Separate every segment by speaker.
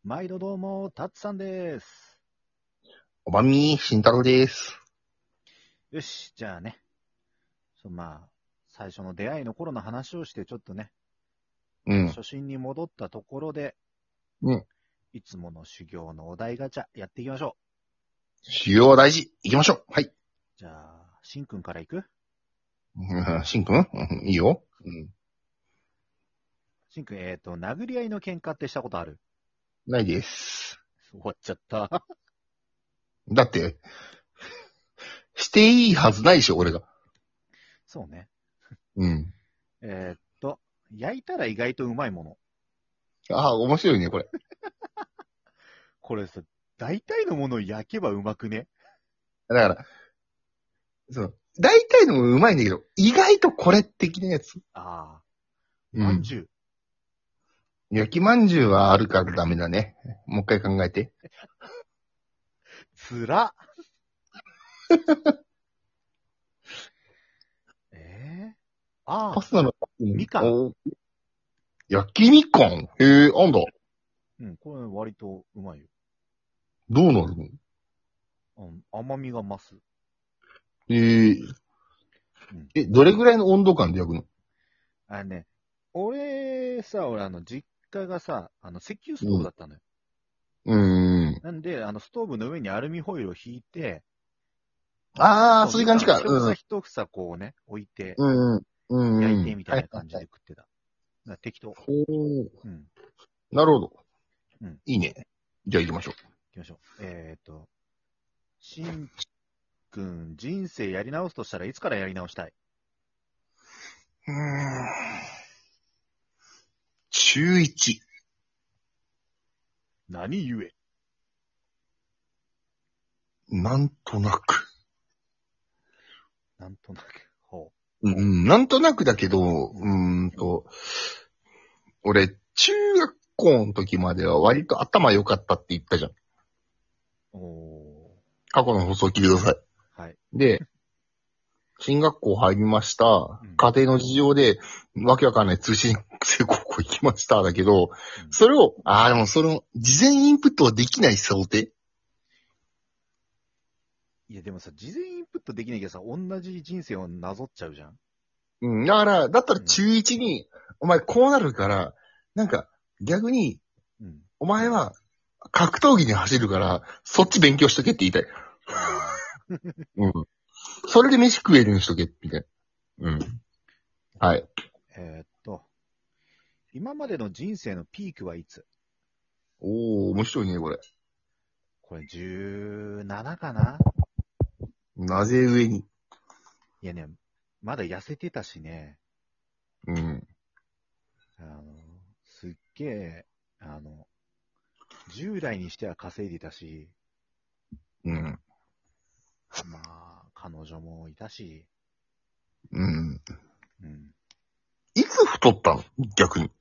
Speaker 1: 毎度どうも、たつさんです。
Speaker 2: おばみー、慎太郎です。
Speaker 1: よし、じゃあね、最初の出会いの頃の話をして、ちょっとね、
Speaker 2: うん。
Speaker 1: 初心に戻ったところで、
Speaker 2: うん。
Speaker 1: いつもの修行のお題ガチャ、やっていきましょ
Speaker 2: 修行は大事。行きましょう。はい。
Speaker 1: う。じゃあ、しんくんから行く？
Speaker 2: しんくん、いいよ。うん。
Speaker 1: しんくん、殴り合いの喧嘩ってしたことある？
Speaker 2: ないです。
Speaker 1: 終わっちゃった。
Speaker 2: だって、していいはずないでしょ、俺が。
Speaker 1: そうね。
Speaker 2: うん。
Speaker 1: えーっと、焼いたら意外とうまいもの。
Speaker 2: ああ、面白いね、これ。
Speaker 1: これさ、大体のものを焼けばうまくね？
Speaker 2: だから、大体のもうまいんだけど、意外とこれ的なやつ。
Speaker 1: ああ、
Speaker 2: うん。
Speaker 1: まんじゅう。
Speaker 2: 焼きまんじゅうはあるからダメだね。もう一回考えて。
Speaker 1: つら。えー、ああ、
Speaker 2: パスタの、
Speaker 1: みかん。
Speaker 2: 焼きみかん。へえ、あんだ。
Speaker 1: うん、これ割とうまいよ。
Speaker 2: どうなるの？
Speaker 1: うん、甘みが増す。
Speaker 2: えー、
Speaker 1: うん。
Speaker 2: どれぐらいの温度感で焼くの？
Speaker 1: あれね、俺実家がさ、石油ストー
Speaker 2: うん。
Speaker 1: ブだったのよ。
Speaker 2: うーん。
Speaker 1: なんで、ストーブの上にアルミホイルを引いて、
Speaker 2: ああ、
Speaker 1: そう、みかん
Speaker 2: そういう感じか。
Speaker 1: 一房一房こうね、置いて、
Speaker 2: うん。うん。
Speaker 1: 焼い
Speaker 2: うん。
Speaker 1: てみたい
Speaker 2: はい。
Speaker 1: な感じで食ってた。だから適当。
Speaker 2: ほう。
Speaker 1: うん。
Speaker 2: なるほど。
Speaker 1: うん。
Speaker 2: いいね。じゃあ行きましょ
Speaker 1: 行きましょう。しんくん、人生やり直すとしたらいつからやり直したい？
Speaker 2: う。中1。
Speaker 1: 何故？
Speaker 2: なんとなく。
Speaker 1: なんとなく。ほ
Speaker 2: うん、なんとなくだけど、俺、中学校の時までは割と頭良かったって言ったじゃん。
Speaker 1: う。お
Speaker 2: 過去の放送聞いてください。
Speaker 1: ー。はい。
Speaker 2: で、進学校入りました。
Speaker 1: うん。
Speaker 2: 家庭の事情で、わけわかんない通信制高校行きました。だけど、
Speaker 1: うん。
Speaker 2: でもその、事前インプットはできない想定。
Speaker 1: いや、でもさ、事前インプットできないけどさ、同じ人生をなぞっちゃうじゃん。
Speaker 2: うん、だったら
Speaker 1: うん。
Speaker 2: 中1に、お前こうなるから、なんか、逆に、
Speaker 1: うん。
Speaker 2: お前は、格闘技に走るから、そっち勉強しとけって言いたい。
Speaker 1: ああ。
Speaker 2: うん。それで飯食えるようにしとけ、みたいな。うん。はい。
Speaker 1: えーっと、今までの人生のピークはいつ？
Speaker 2: おー、面白いね、これ。
Speaker 1: これ17かな？
Speaker 2: なぜ上に。
Speaker 1: いやね、まだ痩せてたしね、
Speaker 2: うん。
Speaker 1: あの、すっげえ、あの、10代にしては稼いでたし、
Speaker 2: うん。
Speaker 1: まあ、彼女もいたし、
Speaker 2: うん。
Speaker 1: うん。
Speaker 2: いつ太ったの？逆に。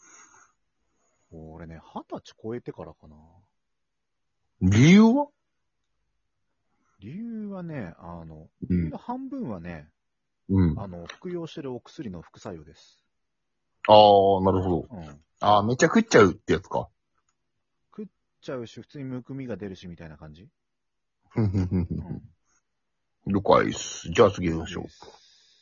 Speaker 1: 俺ね、20歳超えてからかな。
Speaker 2: 理由は？
Speaker 1: 理由はね、
Speaker 2: うん。
Speaker 1: 理由の半分はね、
Speaker 2: うん。
Speaker 1: 服用してるお薬の副作用です。
Speaker 2: あー、なるほど。
Speaker 1: うん。
Speaker 2: あー、めっちゃ食っちゃうってやつか。
Speaker 1: 食っちゃうし、普通にむくみが出るし、みたいな感じ。
Speaker 2: ふんふんふんふ
Speaker 1: うん。
Speaker 2: ん。了解です。じゃあ次行きましょ
Speaker 1: です。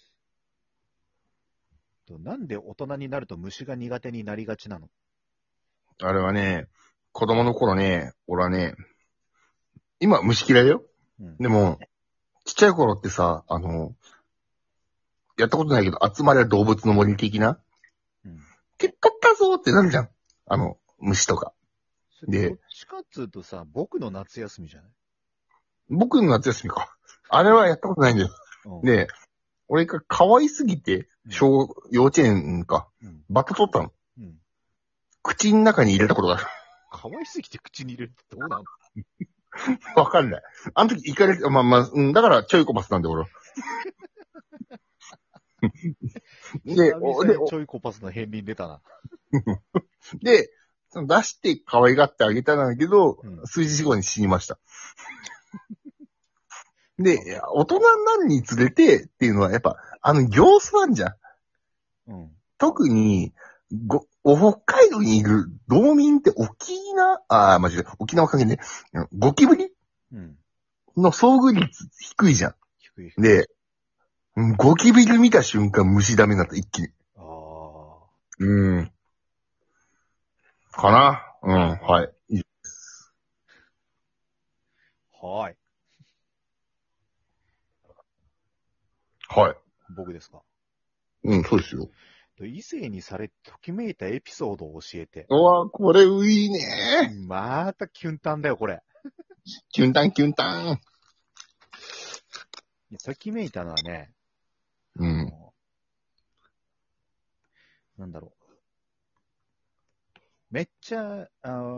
Speaker 1: なんで大人になると虫が苦手になりがちなの？
Speaker 2: う。あれはね、子供の頃ね、俺はね、今虫嫌いだよ。
Speaker 1: うん。
Speaker 2: でも、ちっちゃい頃ってさ、やったことないけど、集まれ動物の森的な、
Speaker 1: うん。
Speaker 2: 引っ張ったぞーってなるじゃん。虫とか。
Speaker 1: それどっ
Speaker 2: で、
Speaker 1: ちかっつうとさ、僕の夏休みじゃない？
Speaker 2: 僕の夏休みか。あれはやったことないんだよ。
Speaker 1: うん。
Speaker 2: で、俺が可愛すぎて、
Speaker 1: うん。
Speaker 2: 幼稚園か、
Speaker 1: うん。
Speaker 2: バッタ取ったの。
Speaker 1: うん。
Speaker 2: 口の中に入れたことがある。
Speaker 1: 可愛すぎて口に入れるってどうなの？
Speaker 2: わかんない。あの時行かれて、だからちょいコパスなんで俺は。で、
Speaker 1: 久
Speaker 2: おで、
Speaker 1: 々にちょいコパスの片鱗出たな。
Speaker 2: で、その出して可愛がってあげたんだけど、
Speaker 1: うん。
Speaker 2: 数日後に死にました。で、いや大人になるにつれてっていうのはやっぱ、行数あんじゃん。
Speaker 1: うん。
Speaker 2: 特に、北海道にいる道民って大きい間違えた。沖縄関係ね。ゴキブリ
Speaker 1: うん。
Speaker 2: の遭遇率低いじゃん。
Speaker 1: 低い。
Speaker 2: で、ゴキブリ見た瞬間虫ダメになった、一気に。
Speaker 1: ああ。
Speaker 2: うん。かなうん、はい。
Speaker 1: はい。
Speaker 2: はい。
Speaker 1: 僕ですか。
Speaker 2: うん、そうですよ。
Speaker 1: 異性にされ、ときめいたエピソードを教えて。
Speaker 2: うわ、これいいね。
Speaker 1: またキュンタンだよ、これ。
Speaker 2: キュンタンキュンタン。
Speaker 1: ときめいたのはね、
Speaker 2: うん。
Speaker 1: なんだろう。めっちゃ、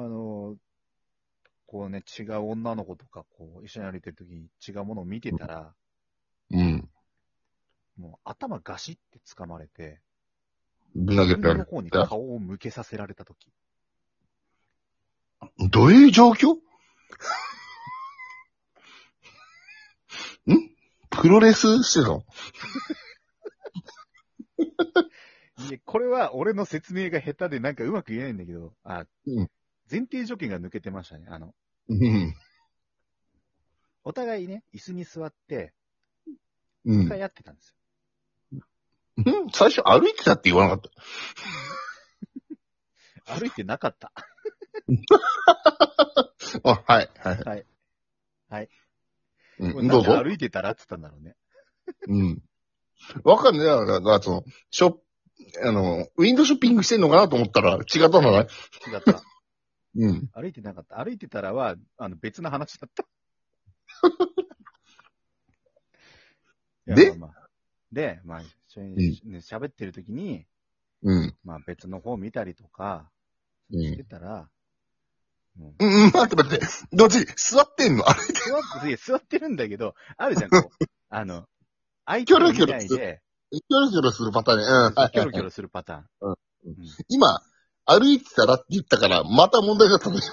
Speaker 1: こうね、違う女の子とか、こう、一緒に歩いてるときに違うものを見てたら、
Speaker 2: うん。
Speaker 1: もう頭ガシって掴まれて、
Speaker 2: ぶん投
Speaker 1: 自
Speaker 2: げられ
Speaker 1: 分の方に
Speaker 2: た。
Speaker 1: 顔を向けさせられたとき。
Speaker 2: どういう状況プロレスしてたの？
Speaker 1: いや、これは俺の説明が下手でなんかうまく言えないんだけど、
Speaker 2: うん。
Speaker 1: 前提条件が抜けてましたね。
Speaker 2: うん。
Speaker 1: お互いね、椅子に座って、
Speaker 2: うん。
Speaker 1: 向かい合ってたんです
Speaker 2: 最初歩いてたって言わなかった。
Speaker 1: よ。歩いてなかった。
Speaker 2: あ、はい、はい。
Speaker 1: はい。はい。
Speaker 2: うん、
Speaker 1: なんで
Speaker 2: どうぞ。
Speaker 1: 歩いてたらって言ったんだろうね。
Speaker 2: うん。わかんない。だから、ウィンドウショッピングしてんのかなと思ったら違ったんだね。
Speaker 1: 違った。
Speaker 2: うん。
Speaker 1: 歩いてなかった。歩いてたらは、別の話だった。いや、
Speaker 2: で
Speaker 1: で、一緒にね喋ってる時に、
Speaker 2: うん。
Speaker 1: 別の方見たりとか、
Speaker 2: うん
Speaker 1: してたら、もう
Speaker 2: 待って待って。どっち座ってんの歩いて。
Speaker 1: 座ってるんだけど、あるじゃん、こう、相手を見ないで、
Speaker 2: キョロキョロするパターンね。うん。はいはいはい。
Speaker 1: キョロキョロするパターン。
Speaker 2: うん
Speaker 1: うん
Speaker 2: 今、歩いてたらって言ったから、また問題が立つ。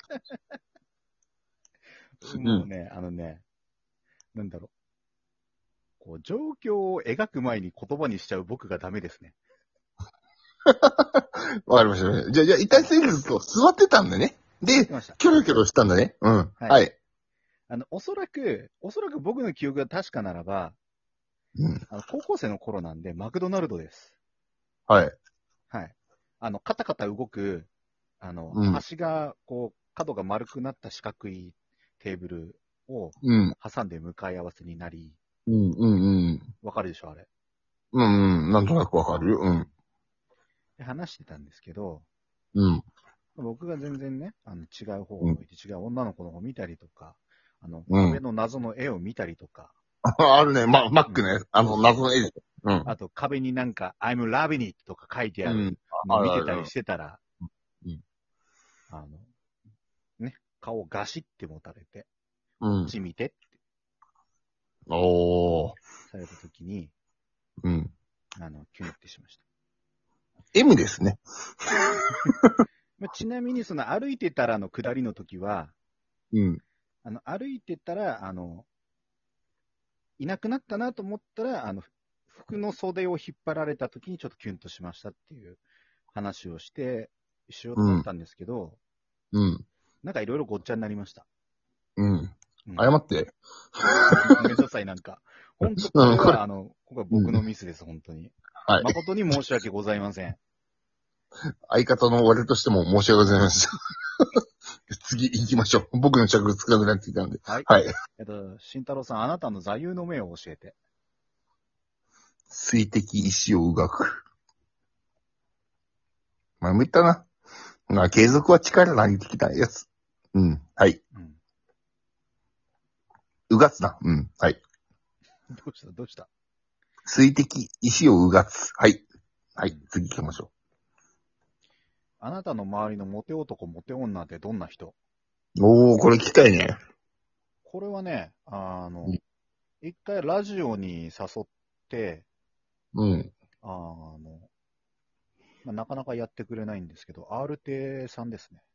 Speaker 1: もうね、なんだろう。こう、状況を描く前に言葉にしちゃう僕がダメですね。
Speaker 2: わかりましたね。じゃあ、一旦先日と座ってたんだね。で、
Speaker 1: 来ました。
Speaker 2: キョロキョロしたんだね。うん。
Speaker 1: はい
Speaker 2: はい。
Speaker 1: おそらく僕の記憶が確かならば、
Speaker 2: うん。
Speaker 1: 高校生の頃なんで、マクドナルドです。
Speaker 2: はい。
Speaker 1: はい。カタカタ動く、
Speaker 2: うん。
Speaker 1: 端が、こう、角が丸くなった四角いテーブルを
Speaker 2: うん。
Speaker 1: 挟んで向かい合わせになり、
Speaker 2: うん。うん。うん。
Speaker 1: わかるでしょ、あれ。
Speaker 2: うん。なんとなくわかるよ。うん。
Speaker 1: で話してたんですけど、
Speaker 2: うん。
Speaker 1: 僕が全然ね、違う方を
Speaker 2: うん。
Speaker 1: 向いて、違う女の子の方を見たりとか、
Speaker 2: うん。
Speaker 1: 壁の謎の絵を見たりとか、
Speaker 2: あるね。マック
Speaker 1: うん
Speaker 2: ね。
Speaker 1: そうそう
Speaker 2: 謎の絵で。うん。
Speaker 1: あと壁になんか、I'm loving it とか書いてある
Speaker 2: うん。
Speaker 1: のを見てたり
Speaker 2: ある。
Speaker 1: してたら、
Speaker 2: うん。
Speaker 1: あの、ね、顔をガシって持たれて、
Speaker 2: うん。
Speaker 1: こっち見てって
Speaker 2: おー。
Speaker 1: されたときに、
Speaker 2: うん。
Speaker 1: キュンってしました。
Speaker 2: M ですね。
Speaker 1: ちなみにその歩いてたらの下りの時は、
Speaker 2: うん。
Speaker 1: 歩いてたら、いなくなったなと思ったら、服の袖を引っ張られた時にちょっとキュンとしましたっていう話をしようと思ったんですけど、
Speaker 2: うん。
Speaker 1: なんかいろいろごっちゃになりました。
Speaker 2: うん。
Speaker 1: うん
Speaker 2: 謝って。
Speaker 1: ごめんなさい、なんか。本当
Speaker 2: うん、
Speaker 1: これは、ここは僕のミスです、本当に。
Speaker 2: はい。
Speaker 1: 誠に申し訳ございません。
Speaker 2: 相方の俺としても申し訳ございません。次行きましょう。僕の着がつかなくなってきたんで。
Speaker 1: はい。
Speaker 2: はい。
Speaker 1: 慎太郎さん、あなたの座右の銘を教えて。
Speaker 2: 水滴石をうがく。言ったな。継続は力なり的なやつ。うん。はい。
Speaker 1: うん。
Speaker 2: うがつな。うん。はい。
Speaker 1: どうした
Speaker 2: 水滴石をうがつ。はい。はい。次行きましょ
Speaker 1: あなたの周りのモテ男、モテ女ってどんな人？
Speaker 2: う。これ聞きたいね。
Speaker 1: これはね、
Speaker 2: うん
Speaker 1: 一回ラジオに誘って、
Speaker 2: うん。
Speaker 1: なかなかやってくれないんですけど、R 亭さんですね。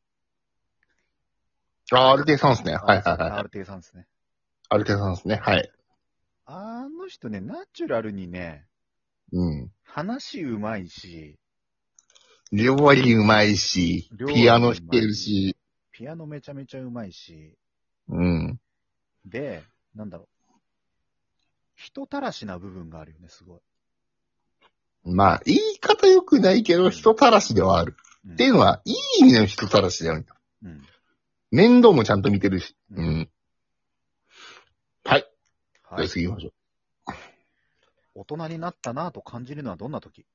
Speaker 2: RT さんですね。はいはいはい。
Speaker 1: R 亭さんですね。
Speaker 2: RT さんですね。はい。
Speaker 1: あの人ね、ナチュラルにね、
Speaker 2: うん。
Speaker 1: 話うまいし、
Speaker 2: 料理うまいし、ピアノ弾けるし、
Speaker 1: ピアノめちゃめちゃうまいし、
Speaker 2: うん。
Speaker 1: で、なんだろう。人たらしな部分があるよね、すごい。
Speaker 2: まあ、言い方良くないけど、人たらしではある。
Speaker 1: うん、
Speaker 2: っていうのは、いい意味での人たらしだよね。
Speaker 1: うん。
Speaker 2: 面倒もちゃんと見てるし。
Speaker 1: う
Speaker 2: うんん。はい。じゃあ
Speaker 1: はい。
Speaker 2: 次行きましょう。
Speaker 1: 大人になったなぁと感じるのはどんな時？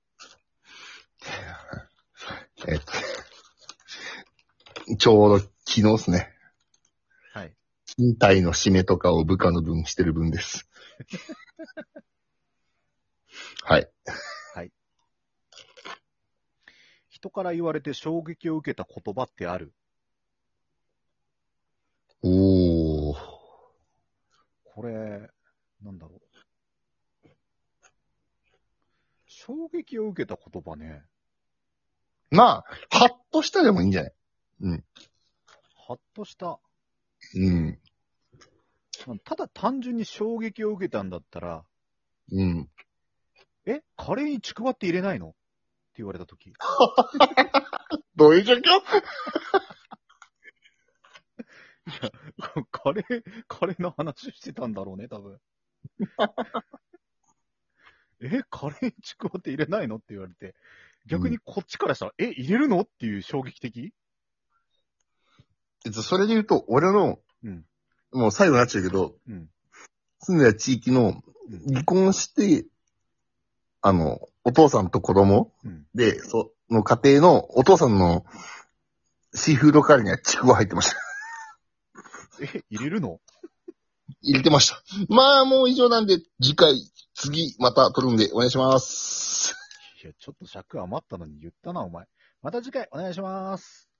Speaker 2: えっちょうど昨日ですね。
Speaker 1: はい。
Speaker 2: 勤怠の締めとかを部下の分してる分です。はい。
Speaker 1: はい。人から言われて衝撃を受けた言葉ってある？
Speaker 2: おー。
Speaker 1: これ、なんだろう。衝撃を受けた言葉ね。
Speaker 2: まあ、ハッとしたでもいいんじゃない？うん。
Speaker 1: はっとした。
Speaker 2: うん。
Speaker 1: ただ単純に衝撃を受けたんだったら、
Speaker 2: うん。
Speaker 1: カレーにちくわって入れないのって言われたとき。
Speaker 2: どういう状況？
Speaker 1: カレーの話してたんだろうね、多分。カレーにちくわって入れないのって言われて。逆にこっちからしたら、入れるのっていう衝撃的。
Speaker 2: それで言うと、俺の、
Speaker 1: うん。
Speaker 2: もう最後になっちゃうけど、
Speaker 1: うん。
Speaker 2: 住んでた地域の
Speaker 1: うん。
Speaker 2: 離婚して、お父さんと子供
Speaker 1: うん。
Speaker 2: で、その家庭のお父さんのシーフードカレーにはちくわ入ってました。
Speaker 1: 入れるの？
Speaker 2: 入れてました。まあ、もう以上なんで、次、また撮るんでお願いします。
Speaker 1: いや、ちょっと尺余ったのに言ったな、お前。また次回お願いします。